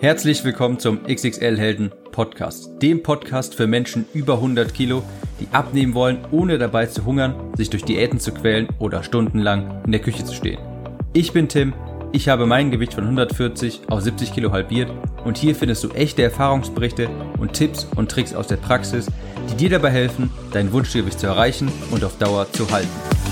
Herzlich willkommen zum XXL Helden Podcast, dem Podcast für Menschen über 100 Kilo, die abnehmen wollen, ohne dabei zu hungern, sich durch Diäten zu quälen oder stundenlang in der Küche zu stehen. Ich bin Tim, ich habe mein Gewicht von 140 auf 70 Kilo halbiert und hier findest du echte Erfahrungsberichte und Tipps und Tricks aus der Praxis, die dir dabei helfen, dein Wunschgewicht zu erreichen und auf Dauer zu halten.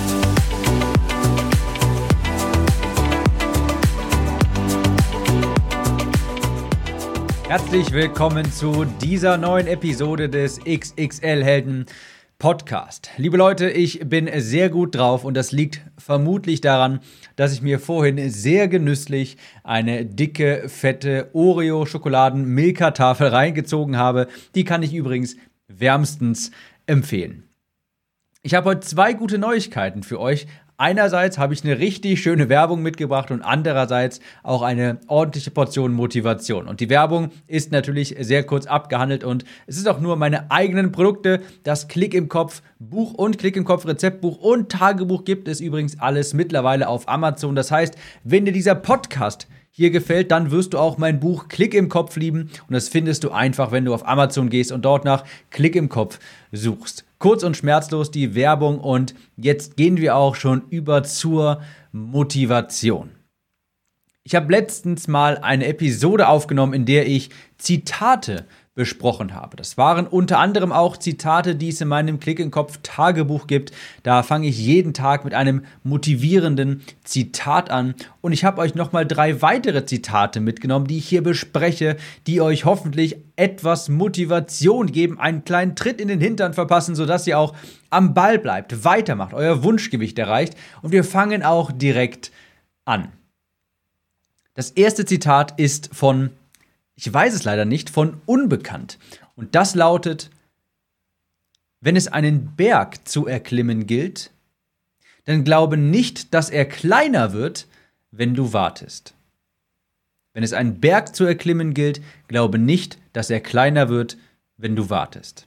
Herzlich willkommen zu dieser neuen Episode des XXL Helden Podcast. Liebe Leute, ich bin sehr gut drauf und das liegt vermutlich daran, dass ich mir vorhin sehr genüsslich eine dicke, fette Oreo-Schokoladen-Milka-Tafel reingezogen habe. Die kann ich übrigens wärmstens empfehlen. Ich habe heute zwei gute Neuigkeiten für euch. Einerseits habe ich eine richtig schöne Werbung mitgebracht und andererseits auch eine ordentliche Portion Motivation. Und die Werbung ist natürlich sehr kurz abgehandelt und es ist auch nur meine eigenen Produkte. Das Klick im Kopf Buch und Klick im Kopf Rezeptbuch und Tagebuch gibt es übrigens alles mittlerweile auf Amazon. Das heißt, wenn dir dieser Podcast hier gefällt, dann wirst du auch mein Buch Klick im Kopf lieben und das findest du einfach, wenn du auf Amazon gehst und dort nach Klick im Kopf suchst. Kurz und schmerzlos die Werbung und jetzt gehen wir auch schon über zur Motivation. Ich habe letztens mal eine Episode aufgenommen, in der ich Zitate besprochen habe. Das waren unter anderem auch Zitate, die es in meinem Klick im Kopf Tagebuch gibt. Da fange ich jeden Tag mit einem motivierenden Zitat an. Und ich habe euch nochmal 3 weitere Zitate mitgenommen, die ich hier bespreche, die euch hoffentlich etwas Motivation geben, einen kleinen Tritt in den Hintern verpassen, sodass ihr auch am Ball bleibt, weitermacht, euer Wunschgewicht erreicht. Und wir fangen auch direkt an. Das erste Zitat ist von, ich weiß es leider nicht, von Unbekannt. Und das lautet: Wenn es einen Berg zu erklimmen gilt, dann glaube nicht, dass er kleiner wird, wenn du wartest. Wenn es einen Berg zu erklimmen gilt, glaube nicht, dass er kleiner wird, wenn du wartest.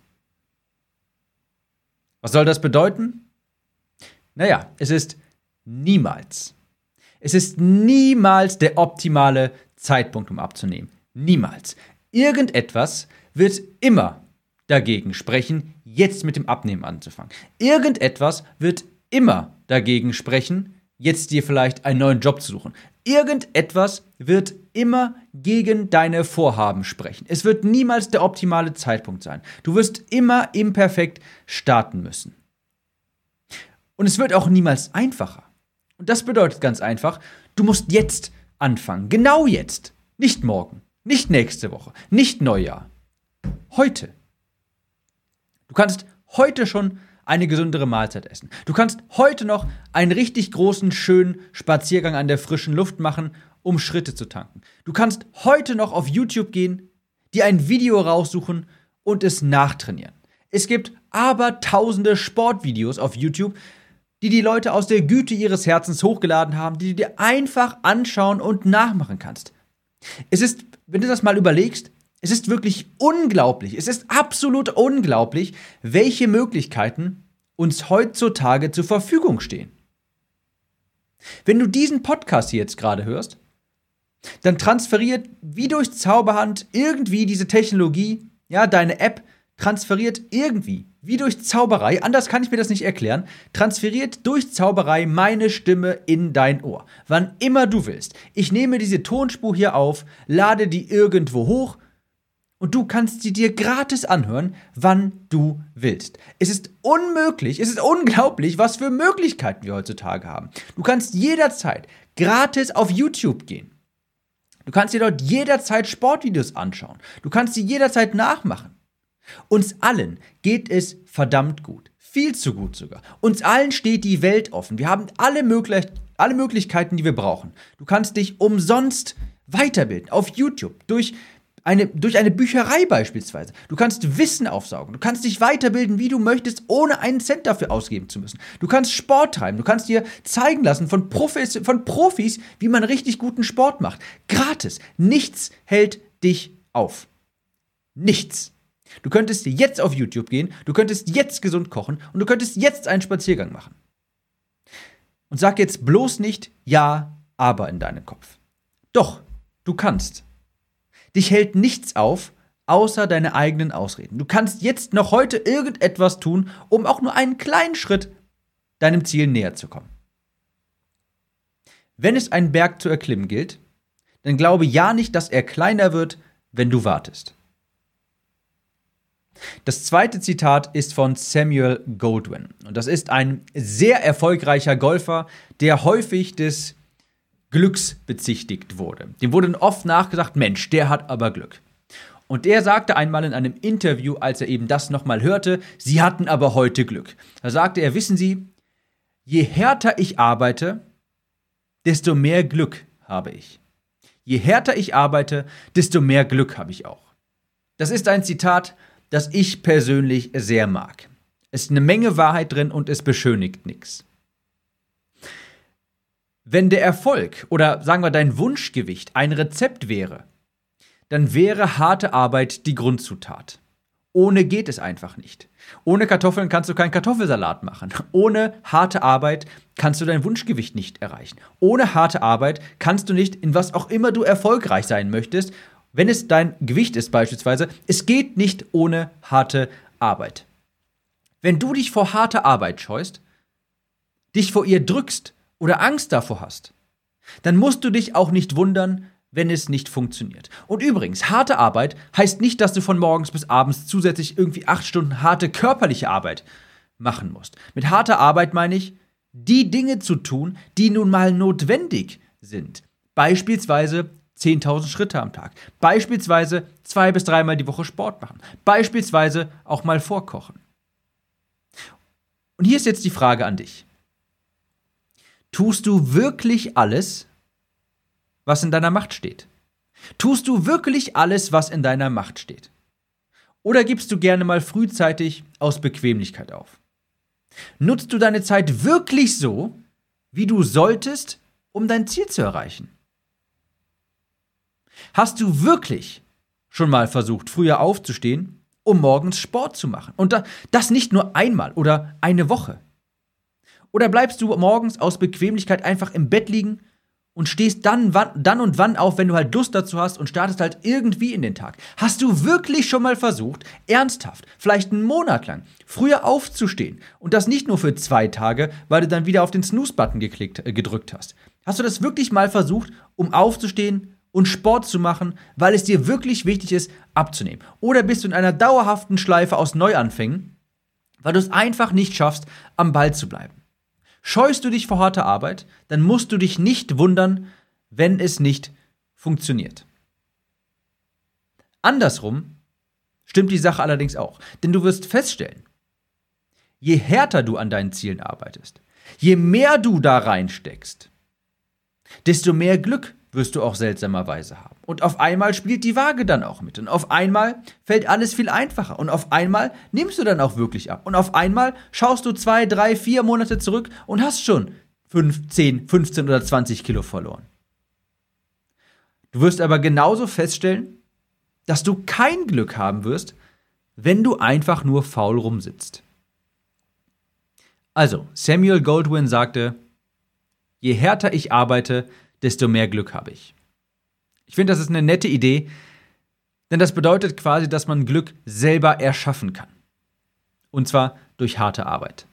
Was soll das bedeuten? Naja, es ist niemals der optimale Zeitpunkt, um abzunehmen. Niemals. Irgendetwas wird immer dagegen sprechen, jetzt mit dem Abnehmen anzufangen. Irgendetwas wird immer dagegen sprechen, jetzt dir vielleicht einen neuen Job zu suchen. Irgendetwas wird immer gegen deine Vorhaben sprechen. Es wird niemals der optimale Zeitpunkt sein. Du wirst immer imperfekt starten müssen. Und es wird auch niemals einfacher. Und das bedeutet ganz einfach, du musst jetzt anfangen. Genau jetzt. Nicht morgen. Nicht nächste Woche, nicht Neujahr. Heute. Du kannst heute schon eine gesündere Mahlzeit essen. Du kannst heute noch einen richtig großen, schönen Spaziergang an der frischen Luft machen, um Schritte zu tanken. Du kannst heute noch auf YouTube gehen, dir ein Video raussuchen und es nachtrainieren. Es gibt aber tausende Sportvideos auf YouTube, die Leute aus der Güte ihres Herzens hochgeladen haben, die du dir einfach anschauen und nachmachen kannst. Es ist, wenn du das mal überlegst, es ist wirklich unglaublich, es ist absolut unglaublich, welche Möglichkeiten uns heutzutage zur Verfügung stehen. Wenn du diesen Podcast hier jetzt gerade hörst, dann transferiert wie durch Zauberhand irgendwie diese Technologie, ja, deine App transferiert irgendwie, wie durch Zauberei, anders kann ich mir das nicht erklären, transferiert durch Zauberei meine Stimme in dein Ohr. Wann immer du willst. Ich nehme diese Tonspur hier auf, lade die irgendwo hoch und du kannst sie dir gratis anhören, wann du willst. Es ist unmöglich, es ist unglaublich, was für Möglichkeiten wir heutzutage haben. Du kannst jederzeit gratis auf YouTube gehen. Du kannst dir dort jederzeit Sportvideos anschauen. Du kannst sie jederzeit nachmachen. Uns allen geht es verdammt gut. Viel zu gut sogar. Uns allen steht die Welt offen. Wir haben alle Möglichkeiten, die wir brauchen. Du kannst dich umsonst weiterbilden. Auf YouTube. Durch eine Bücherei beispielsweise. Du kannst Wissen aufsaugen. Du kannst dich weiterbilden, wie du möchtest, ohne einen Cent dafür ausgeben zu müssen. Du kannst Sport treiben. Du kannst dir zeigen lassen von Profis, wie man richtig guten Sport macht. Gratis. Nichts hält dich auf. Nichts. Du könntest jetzt auf YouTube gehen, du könntest jetzt gesund kochen und du könntest jetzt einen Spaziergang machen. Und sag jetzt bloß nicht ja, aber in deinem Kopf. Doch, du kannst. Dich hält nichts auf, außer deine eigenen Ausreden. Du kannst jetzt noch heute irgendetwas tun, um auch nur einen kleinen Schritt deinem Ziel näher zu kommen. Wenn es einen Berg zu erklimmen gilt, dann glaube ja nicht, dass er kleiner wird, wenn du wartest. Das zweite Zitat ist von Samuel Goldwyn. Und das ist ein sehr erfolgreicher Golfer, der häufig des Glücks bezichtigt wurde. Dem wurde oft nachgesagt, Mensch, der hat aber Glück. Und er sagte einmal in einem Interview, als er eben das nochmal hörte, Sie hatten aber heute Glück. Da sagte er, wissen Sie, je härter ich arbeite, desto mehr Glück habe ich. Je härter ich arbeite, desto mehr Glück habe ich auch. Das ist ein Zitat, das ich persönlich sehr mag. Es ist eine Menge Wahrheit drin und es beschönigt nichts. Wenn der Erfolg oder sagen wir dein Wunschgewicht ein Rezept wäre, dann wäre harte Arbeit die Grundzutat. Ohne geht es einfach nicht. Ohne Kartoffeln kannst du keinen Kartoffelsalat machen. Ohne harte Arbeit kannst du dein Wunschgewicht nicht erreichen. Ohne harte Arbeit kannst du nicht, in was auch immer du erfolgreich sein möchtest, wenn es dein Gewicht ist beispielsweise, es geht nicht ohne harte Arbeit. Wenn du dich vor harter Arbeit scheust, dich vor ihr drückst oder Angst davor hast, dann musst du dich auch nicht wundern, wenn es nicht funktioniert. Und übrigens, harte Arbeit heißt nicht, dass du von morgens bis abends zusätzlich irgendwie 8 Stunden harte körperliche Arbeit machen musst. Mit harter Arbeit meine ich, die Dinge zu tun, die nun mal notwendig sind. Beispielsweise 10.000 Schritte am Tag. Beispielsweise 2 bis 3 Mal die Woche Sport machen. Beispielsweise auch mal vorkochen. Und hier ist jetzt die Frage an dich. Tust du wirklich alles, was in deiner Macht steht? Tust du wirklich alles, was in deiner Macht steht? Oder gibst du gerne mal frühzeitig aus Bequemlichkeit auf? Nutzt du deine Zeit wirklich so, wie du solltest, um dein Ziel zu erreichen? Hast du wirklich schon mal versucht, früher aufzustehen, um morgens Sport zu machen? Und das nicht nur einmal oder eine Woche. Oder bleibst du morgens aus Bequemlichkeit einfach im Bett liegen und stehst dann und wann auf, wenn du halt Lust dazu hast und startest halt irgendwie in den Tag? Hast du wirklich schon mal versucht, ernsthaft, vielleicht einen Monat lang, früher aufzustehen? Und das nicht nur für 2 Tage, weil du dann wieder auf den Snooze-Button gedrückt hast. Hast du das wirklich mal versucht, um aufzustehen und Sport zu machen, weil es dir wirklich wichtig ist, abzunehmen? Oder bist du in einer dauerhaften Schleife aus Neuanfängen, weil du es einfach nicht schaffst, am Ball zu bleiben? Scheust du dich vor harter Arbeit, dann musst du dich nicht wundern, wenn es nicht funktioniert. Andersrum stimmt die Sache allerdings auch, denn du wirst feststellen, je härter du an deinen Zielen arbeitest, je mehr du da reinsteckst, desto mehr Glück wirst du auch seltsamerweise haben. Und auf einmal spielt die Waage dann auch mit. Und auf einmal fällt alles viel einfacher. Und auf einmal nimmst du dann auch wirklich ab. Und auf einmal schaust du 2, 3, 4 Monate zurück und hast schon 5, 10, 15 oder 20 Kilo verloren. Du wirst aber genauso feststellen, dass du kein Glück haben wirst, wenn du einfach nur faul rumsitzt. Also, Samuel Goldwyn sagte, je härter ich arbeite, desto mehr Glück habe ich. Ich finde, das ist eine nette Idee, denn das bedeutet quasi, dass man Glück selber erschaffen kann. Und zwar durch harte Arbeit.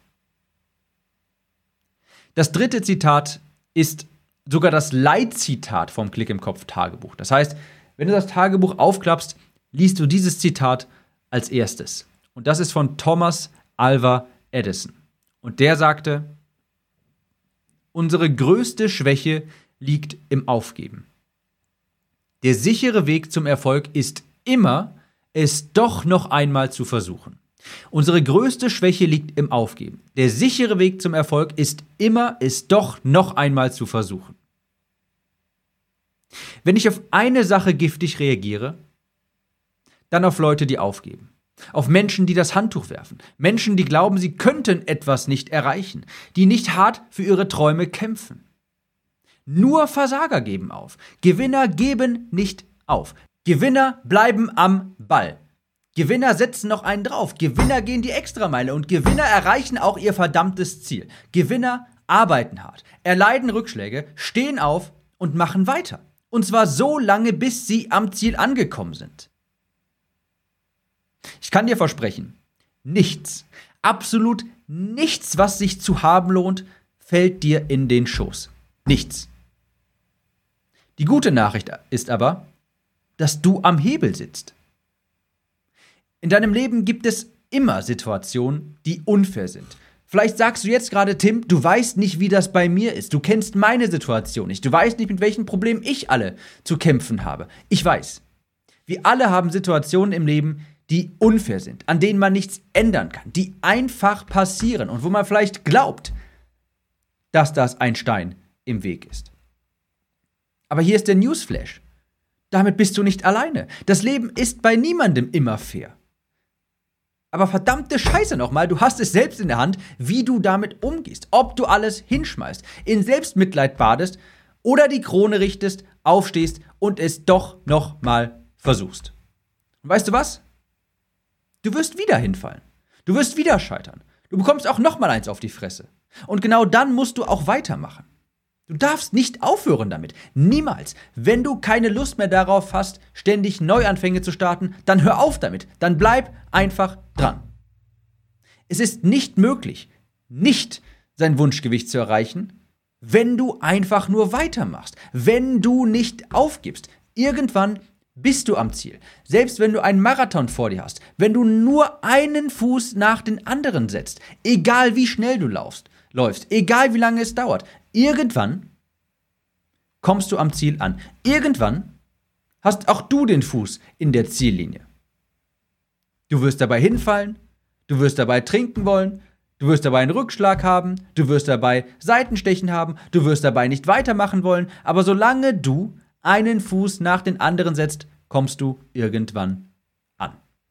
Das dritte Zitat ist sogar das Leitzitat vom Klick im Kopf Tagebuch. Das heißt, wenn du das Tagebuch aufklappst, liest du dieses Zitat als erstes. Und das ist von Thomas Alva Edison. Und der sagte, unsere größte Schwäche liegt im Aufgeben. Der sichere Weg zum Erfolg ist immer, es doch noch einmal zu versuchen. Unsere größte Schwäche liegt im Aufgeben. Der sichere Weg zum Erfolg ist immer, es doch noch einmal zu versuchen. Wenn ich auf eine Sache giftig reagiere, dann auf Leute, die aufgeben. Auf Menschen, die das Handtuch werfen. Menschen, die glauben, sie könnten etwas nicht erreichen. Die nicht hart für ihre Träume kämpfen. Nur Versager geben auf. Gewinner geben nicht auf. Gewinner bleiben am Ball. Gewinner setzen noch einen drauf. Gewinner gehen die Extrameile und Gewinner erreichen auch ihr verdammtes Ziel. Gewinner arbeiten hart, erleiden Rückschläge, stehen auf und machen weiter. Und zwar so lange, bis sie am Ziel angekommen sind. Ich kann dir versprechen, nichts, absolut nichts, was sich zu haben lohnt, fällt dir in den Schoß. Nichts. Die gute Nachricht ist aber, dass du am Hebel sitzt. In deinem Leben gibt es immer Situationen, die unfair sind. Vielleicht sagst du jetzt gerade, Tim, du weißt nicht, wie das bei mir ist. Du kennst meine Situation nicht. Du weißt nicht, mit welchen Problemen ich alle zu kämpfen habe. Ich weiß. Wir alle haben Situationen im Leben, die unfair sind, an denen man nichts ändern kann, die einfach passieren und wo man vielleicht glaubt, dass das ein Stein im Weg ist. Aber hier ist der Newsflash. Damit bist du nicht alleine. Das Leben ist bei niemandem immer fair. Aber verdammte Scheiße nochmal, du hast es selbst in der Hand, wie du damit umgehst. Ob du alles hinschmeißt, in Selbstmitleid badest oder die Krone richtest, aufstehst und es doch nochmal versuchst. Und weißt du was? Du wirst wieder hinfallen. Du wirst wieder scheitern. Du bekommst auch nochmal eins auf die Fresse. Und genau dann musst du auch weitermachen. Du darfst nicht aufhören damit. Niemals. Wenn du keine Lust mehr darauf hast, ständig Neuanfänge zu starten, dann hör auf damit. Dann bleib einfach dran. Es ist nicht möglich, nicht sein Wunschgewicht zu erreichen, wenn du einfach nur weitermachst. Wenn du nicht aufgibst. Irgendwann bist du am Ziel. Selbst wenn du einen Marathon vor dir hast. Wenn du nur einen Fuß nach den anderen setzt. Egal wie schnell du läufst. Egal wie lange es dauert. Irgendwann kommst du am Ziel an. Irgendwann hast auch du den Fuß in der Ziellinie. Du wirst dabei hinfallen, du wirst dabei trinken wollen, du wirst dabei einen Rückschlag haben, du wirst dabei Seitenstechen haben, du wirst dabei nicht weitermachen wollen, aber solange du einen Fuß nach den anderen setzt, kommst du irgendwann an.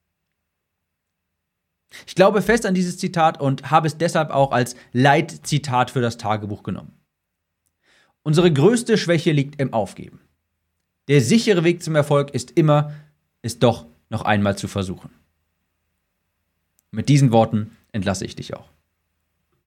Ich glaube fest an dieses Zitat und habe es deshalb auch als Leitzitat für das Tagebuch genommen. Unsere größte Schwäche liegt im Aufgeben. Der sichere Weg zum Erfolg ist immer, es doch noch einmal zu versuchen. Mit diesen Worten entlasse ich dich auch.